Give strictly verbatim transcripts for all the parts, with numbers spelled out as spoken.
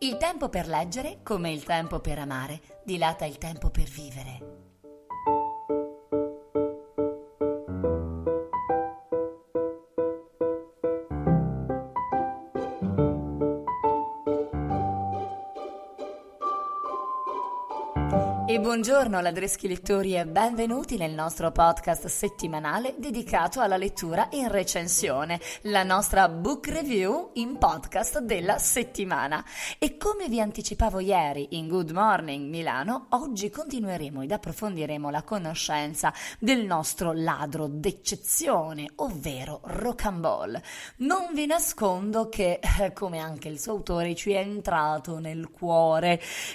Il tempo per leggere, come il tempo per amare, dilata il tempo per vivere. E buongiorno ladreschi lettori e benvenuti nel nostro podcast settimanale dedicato alla lettura in recensione, la nostra book review in podcast della settimana. E come vi anticipavo ieri in Good Morning Milano, oggi continueremo ed approfondiremo la conoscenza del nostro ladro d'eccezione, ovvero Rocambole. Non vi nascondo che, come anche il suo autore, ci è entrato nel cuore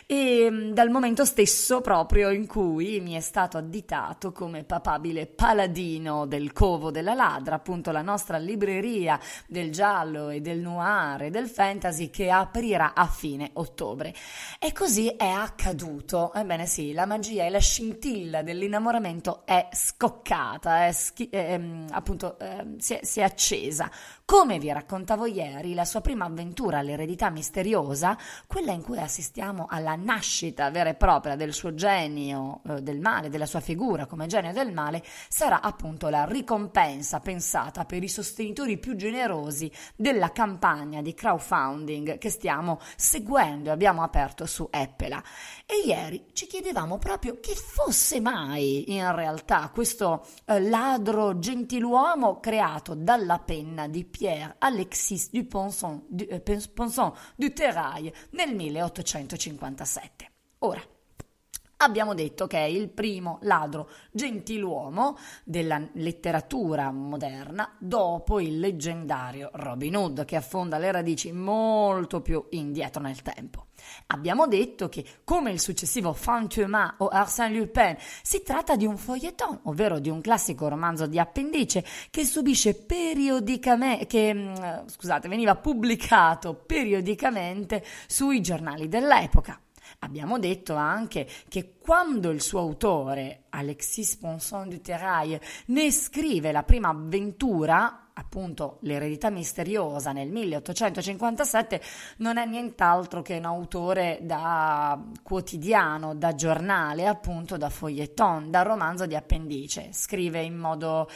e dal momento stesso proprio in cui mi è stato additato come papabile paladino del Covo della Ladra, appunto la nostra libreria del giallo e del noir e del fantasy che aprirà a fine ottobre. E così è accaduto. Ebbene sì, la magia e la scintilla dell'innamoramento è scoccata, è schi- eh, appunto eh, si, è, si è accesa. Come vi raccontavo ieri, la sua prima avventura all'eredità misteriosa, quella in cui assistiamo alla nascita vera e propria del suo genio eh, del male, della sua figura come genio del male, sarà appunto la ricompensa pensata per i sostenitori più generosi della campagna di crowdfunding che stiamo seguendo e abbiamo aperto su Epela. E ieri ci chiedevamo proprio chi fosse mai in realtà questo eh, ladro gentiluomo creato dalla penna di Pierre-Alexis Duponson du, eh, Ponson du Terrail nel milleottocentocinquantasette. Ora, abbiamo detto che è il primo ladro gentiluomo della letteratura moderna dopo il leggendario Robin Hood, che affonda le radici molto più indietro nel tempo. Abbiamo detto che, come il successivo Fantômas o Arsène Lupin, si tratta di un feuilleton, ovvero di un classico romanzo di appendice che subisce periodicamente, che scusate, veniva pubblicato periodicamente sui giornali dell'epoca. Abbiamo detto anche che quando il suo autore, Alexis Ponson du Terrail, ne scrive la prima avventura, appunto l'eredità misteriosa nel milleottocentocinquantasette, non è nient'altro che un autore da quotidiano, da giornale, appunto da feuilleton, da romanzo di appendice. Scrive in modo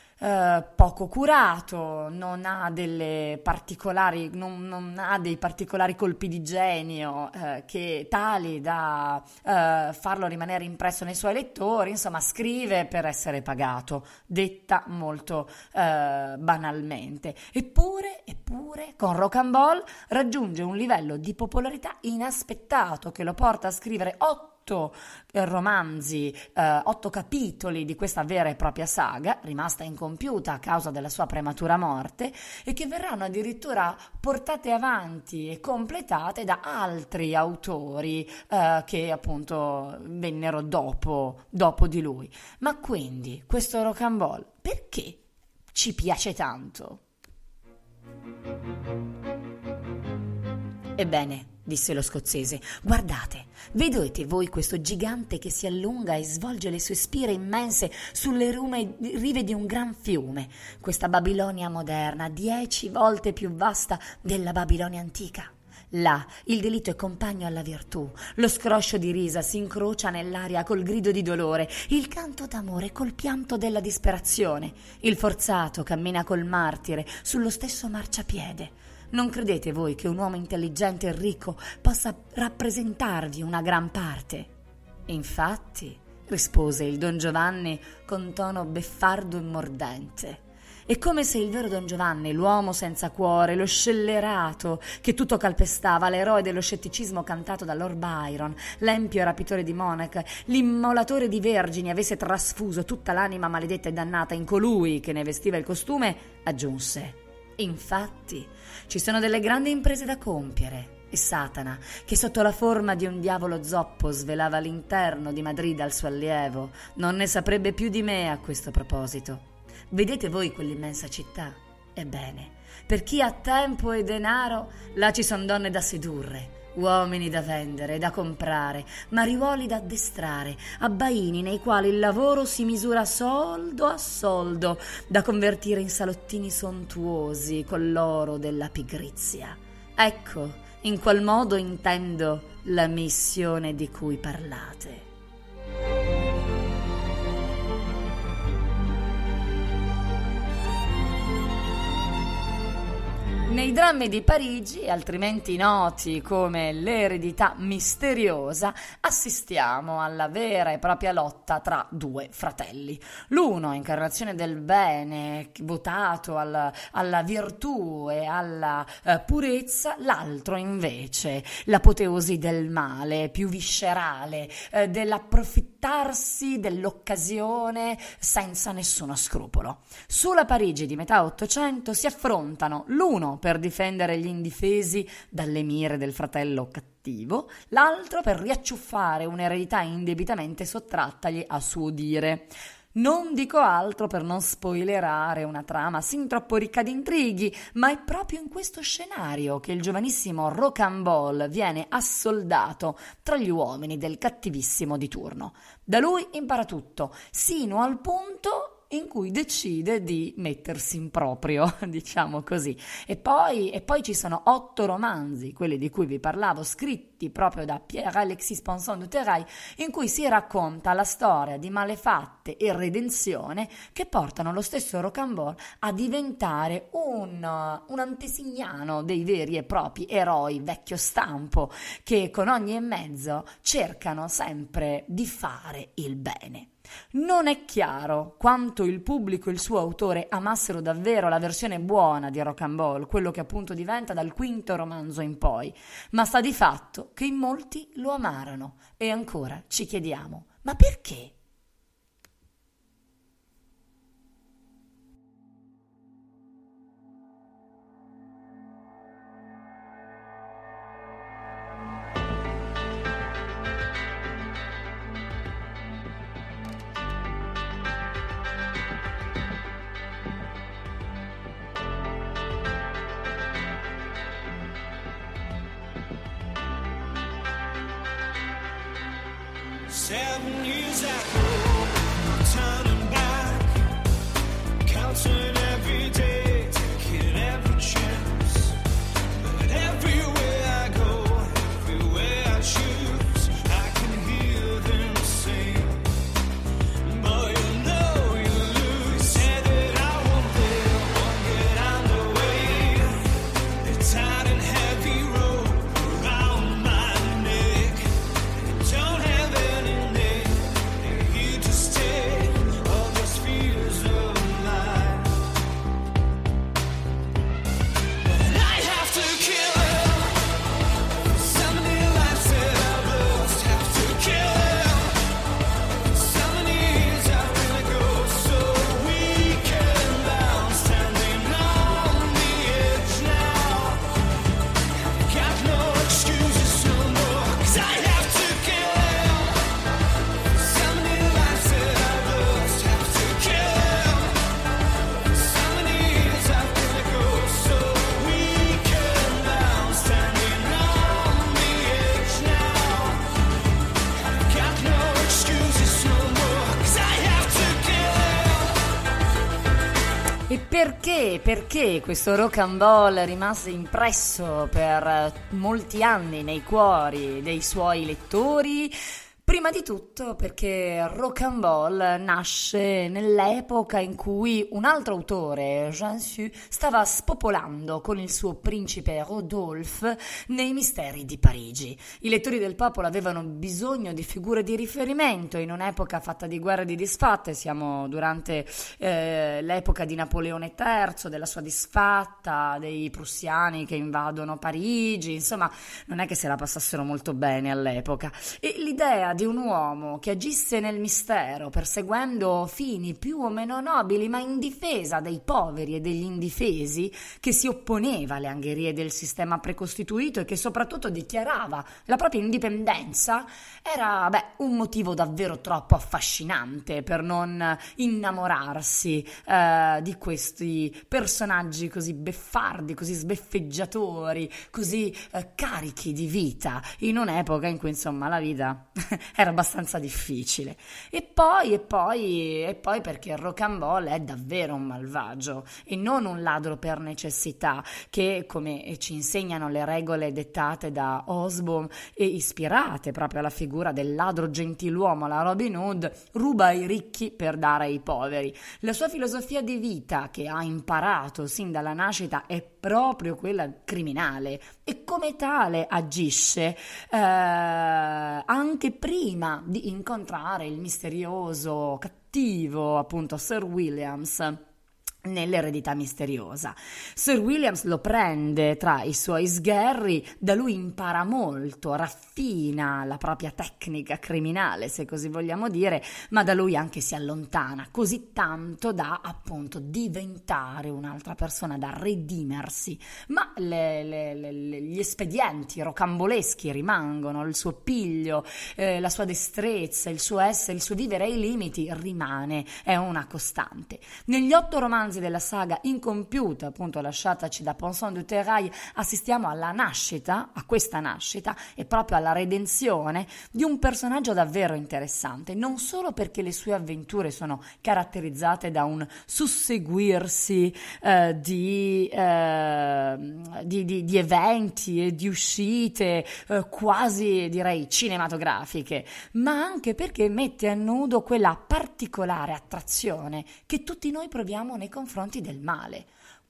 Uh, poco curato, non ha delle particolari, non, non ha dei particolari colpi di genio uh, che tali da uh, farlo rimanere impresso nei suoi lettori. Insomma, scrive per essere pagato, detta molto uh, banalmente. Eppure, eppure, con Rocambole raggiunge un livello di popolarità inaspettato che lo porta a scrivere otto romanzi, eh, otto capitoli di questa vera e propria saga, rimasta incompiuta a causa della sua prematura morte, e che verranno addirittura portate avanti e completate da altri autori eh, che appunto vennero dopo, dopo di lui. Ma quindi questo Rocambole perché ci piace tanto? Ebbene, disse lo scozzese, guardate, vedete voi questo gigante che si allunga e svolge le sue spire immense sulle rume, rive di un gran fiume, questa Babilonia moderna, dieci volte più vasta della Babilonia antica. Là il delitto è compagno alla virtù, lo scroscio di risa si incrocia nell'aria col grido di dolore, il canto d'amore col pianto della disperazione, il forzato cammina col martire sullo stesso marciapiede. Non credete voi che un uomo intelligente e ricco possa rappresentarvi una gran parte? Infatti, rispose il Don Giovanni con tono beffardo e mordente. È come se il vero Don Giovanni, l'uomo senza cuore, lo scellerato che tutto calpestava, l'eroe dello scetticismo cantato da Lord Byron, l'empio rapitore di monache, l'immolatore di vergini, avesse trasfuso tutta l'anima maledetta e dannata in colui che ne vestiva il costume, aggiunse: infatti, ci sono delle grandi imprese da compiere e Satana, che sotto la forma di un diavolo zoppo svelava l'interno di Madrid al suo allievo, non ne saprebbe più di me a questo proposito. Vedete voi quell'immensa città? Ebbene, per chi ha tempo e denaro, là ci son donne da sedurre, uomini da vendere e da comprare, mariuoli da addestrare, abbaini nei quali il lavoro si misura soldo a soldo, da convertire in salottini sontuosi con l'oro della pigrizia. Ecco, in qual modo intendo la missione di cui parlate. Nei drammi di Parigi, altrimenti noti come l'eredità misteriosa, assistiamo alla vera e propria lotta tra due fratelli. L'uno, incarnazione del bene, votato al, alla virtù e alla eh, purezza, l'altro invece l'apoteosi del male, più viscerale, eh, dell'approfittarsi dell'occasione senza nessuno scrupolo. Sulla Parigi di metà Ottocento si affrontano l'uno per difendere gli indifesi dalle mire del fratello cattivo, l'altro per riacciuffare un'eredità indebitamente sottrattagli a suo dire. Non dico altro per non spoilerare una trama sin troppo ricca di intrighi, ma è proprio in questo scenario che il giovanissimo Rocambole viene assoldato tra gli uomini del cattivissimo di turno. Da lui impara tutto, sino al punto in cui decide di mettersi in proprio, diciamo così. E poi, e poi ci sono otto romanzi, quelli di cui vi parlavo, scritti proprio da Pierre-Alexis Ponson-du-Terrail, in cui si racconta la storia di malefatte e redenzione che portano lo stesso Rocambole a diventare un, un antesignano dei veri e propri eroi vecchio stampo, che con ogni mezzo cercano sempre di fare il bene. Non è chiaro quanto il pubblico e il suo autore amassero davvero la versione buona di Rocambole, quello che appunto diventa dal quinto romanzo in poi, ma sta di fatto che in molti lo amarono e ancora ci chiediamo: ma perché? Seven years ago, turning back, counting every day, taking every chance. But everywhere I go, everywhere I choose, I can hear them sing. But you know you lose. Said that I won't live, won't get on the way. The tight and heavy rope around my neck. Don't have any. E perché, perché questo Rocambole rimase impresso per molti anni nei cuori dei suoi lettori? Prima di tutto perché Rocambole nasce nell'epoca in cui un altro autore, Jean Su, stava spopolando con il suo principe Rodolphe nei misteri di Parigi. I lettori del popolo avevano bisogno di figure di riferimento in un'epoca fatta di guerre e di disfatte. Siamo durante eh, l'epoca di Napoleone terzo, della sua disfatta, dei prussiani che invadono Parigi, insomma non è che se la passassero molto bene all'epoca. E l'idea di un uomo che agisse nel mistero perseguendo fini più o meno nobili ma in difesa dei poveri e degli indifesi, che si opponeva alle angherie del sistema precostituito e che soprattutto dichiarava la propria indipendenza, era beh, un motivo davvero troppo affascinante per non innamorarsi eh, di questi personaggi così beffardi, così sbeffeggiatori, così eh, carichi di vita, in un'epoca in cui insomma la vita era abbastanza difficile. E poi, e poi, e poi perché il rocambole è davvero un malvagio e non un ladro per necessità che, come ci insegnano le regole dettate da Osborne e ispirate proprio alla figura del ladro gentiluomo alla Robin Hood, ruba ai ricchi per dare ai poveri. La sua filosofia di vita, che ha imparato sin dalla nascita, è proprio quella criminale e come tale agisce eh, anche prima di incontrare il misterioso cattivo, appunto Sir Williams, nell'eredità misteriosa. Sir Williams lo prende tra i suoi sgherri, da lui impara molto, raffina la propria tecnica criminale, se così vogliamo dire, ma da lui anche si allontana così tanto da appunto diventare un'altra persona, da redimersi, ma le, le, le, gli espedienti rocamboleschi rimangono, il suo piglio, eh, la sua destrezza, il suo essere, il suo vivere ai limiti rimane, è una costante. Negli otto romanzi della saga incompiuta, appunto lasciataci da Poinçon du Terrail, assistiamo alla nascita, a questa nascita e proprio alla redenzione di un personaggio davvero interessante, non solo perché le sue avventure sono caratterizzate da un susseguirsi eh, di, eh, di, di, di eventi e di uscite eh, quasi direi cinematografiche, ma anche perché mette a nudo quella particolare attrazione che tutti noi proviamo nei confronti del male.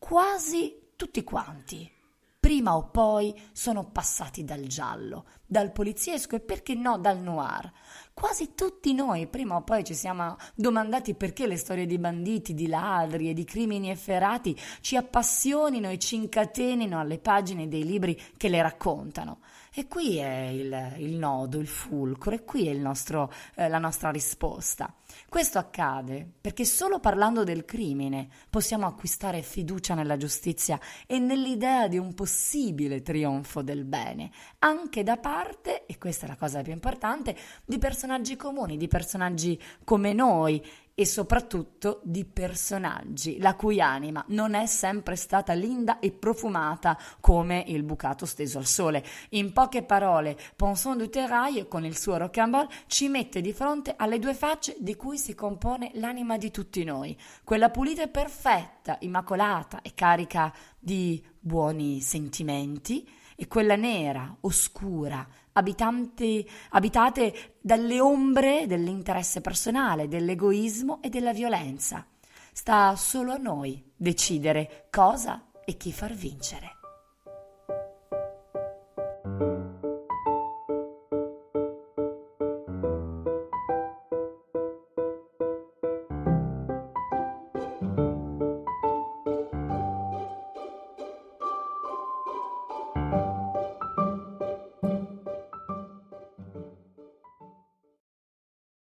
Quasi tutti quanti, prima o poi, sono passati dal giallo, dal poliziesco e perché no dal noir. Quasi tutti noi prima o poi ci siamo domandati perché le storie di banditi, di ladri e di crimini efferati ci appassionino e ci incatenino alle pagine dei libri che le raccontano. E qui è il, il nodo, il fulcro, e qui è il nostro, eh, la nostra risposta. Questo accade perché solo parlando del crimine possiamo acquistare fiducia nella giustizia e nell'idea di un possibile trionfo del bene, anche da parte, e questa è la cosa più importante, di personaggi comuni, di personaggi come noi, e soprattutto di personaggi la cui anima non è sempre stata linda e profumata come il bucato steso al sole. In poche parole, Poinçon du Terrail, con il suo rocambole, ci mette di fronte alle due facce di cui si compone l'anima di tutti noi, quella pulita e perfetta, immacolata e carica di buoni sentimenti, e quella nera, oscura, abitanti, abitate dalle ombre dell'interesse personale, dell'egoismo e della violenza. Sta solo a noi decidere cosa e chi far vincere.